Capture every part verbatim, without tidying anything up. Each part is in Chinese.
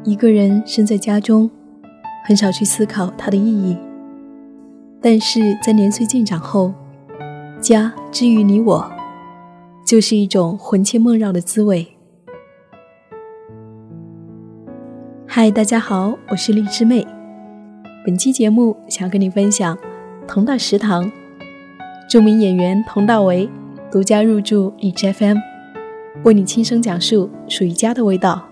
一个人身在家中，很少去思考它的意义，但是在年岁渐长后，家之于你我，就是一种魂牵梦绕的滋味。嗨，大家好，我是荔枝妹。本期节目想跟你分享佟大食堂，著名演员佟大为独家入驻荔枝 F M， 为你亲身讲述属于家的味道。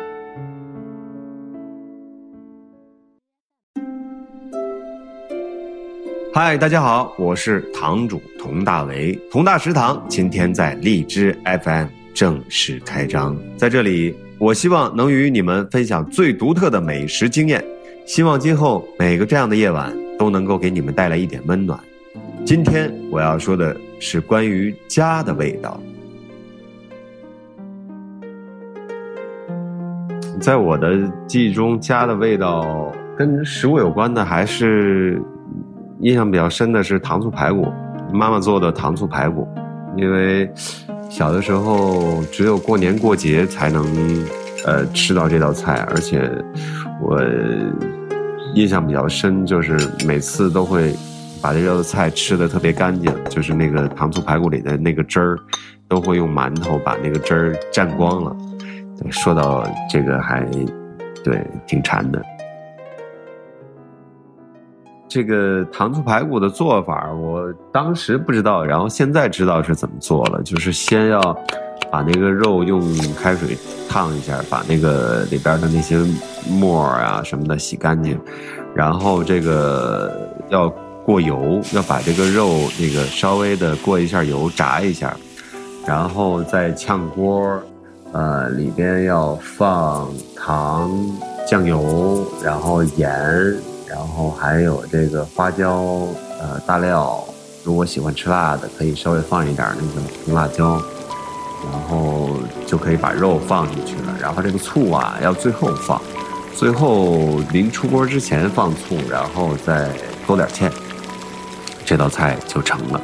嗨，大家好，我是堂主佟大为。佟大食堂今天在荔枝 F M 正式开张，在这里我希望能与你们分享最独特的美食经验，希望今后每个这样的夜晚都能够给你们带来一点温暖。今天我要说的是关于家的味道。在我的记忆中，家的味道跟食物有关的，还是印象比较深的是糖醋排骨，妈妈做的糖醋排骨。因为小的时候只有过年过节才能呃吃到这道菜，而且我印象比较深，就是每次都会把这道菜吃得特别干净，就是那个糖醋排骨里的那个汁儿都会用馒头把那个汁儿蘸光了。对，说到这个还对挺馋的。这个糖醋排骨的做法我当时不知道，然后现在知道是怎么做了，就是先要把那个肉用开水烫一下，把那个里边的那些沫啊什么的洗干净，然后这个要过油，要把这个肉那个稍微的过一下油炸一下，然后再炝锅，呃，里边要放糖、酱油，然后盐，然后还有这个花椒、呃大料，如果喜欢吃辣的可以稍微放一点那个红辣椒，然后就可以把肉放进去了。然后这个醋啊要最后放，最后临出锅之前放醋，然后再勾点芡，这道菜就成了。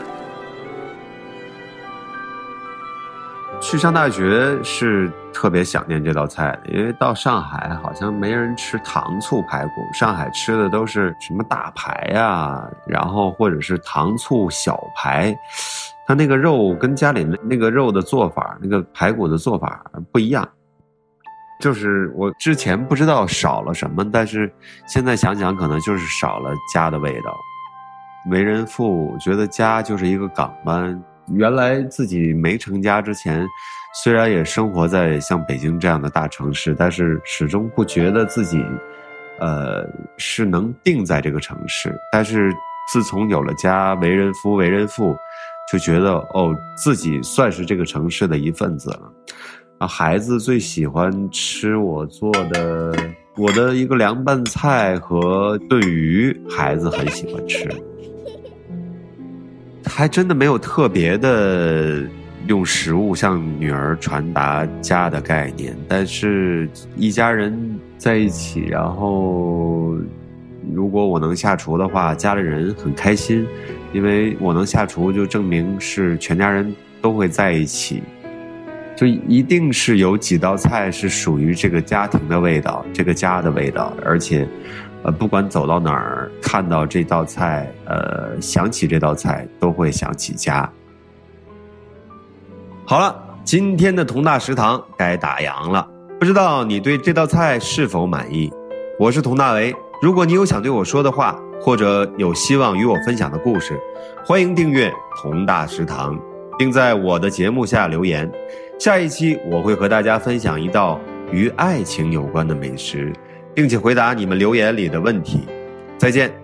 去上大学是特别想念这道菜的，因为到上海好像没人吃糖醋排骨，上海吃的都是什么大排啊，然后或者是糖醋小排，它那个肉跟家里那个肉的做法，那个排骨的做法不一样。就是我之前不知道少了什么，但是现在想想可能就是少了家的味道。为人父，觉得家就是一个港湾。原来自己没成家之前，虽然也生活在像北京这样的大城市，但是始终不觉得自己呃是能定在这个城市。但是自从有了家，为人夫为人父，就觉得哦，自己算是这个城市的一份子了。啊，孩子最喜欢吃我做的我的一个凉拌菜和炖鱼，孩子很喜欢吃。还真的没有特别的用食物向女儿传达家的概念，但是一家人在一起，然后如果我能下厨的话，家里人很开心，因为我能下厨就证明是全家人都会在一起，就一定是有几道菜是属于这个家庭的味道，这个家的味道，而且呃，不管走到哪儿，看到这道菜，呃，想起这道菜，都会想起家。好了，今天的佟大食堂该打烊了，不知道你对这道菜是否满意？我是佟大为，如果你有想对我说的话，或者有希望与我分享的故事，欢迎订阅佟大食堂，并在我的节目下留言。下一期我会和大家分享一道与爱情有关的美食，并且回答你们留言里的问题。再见。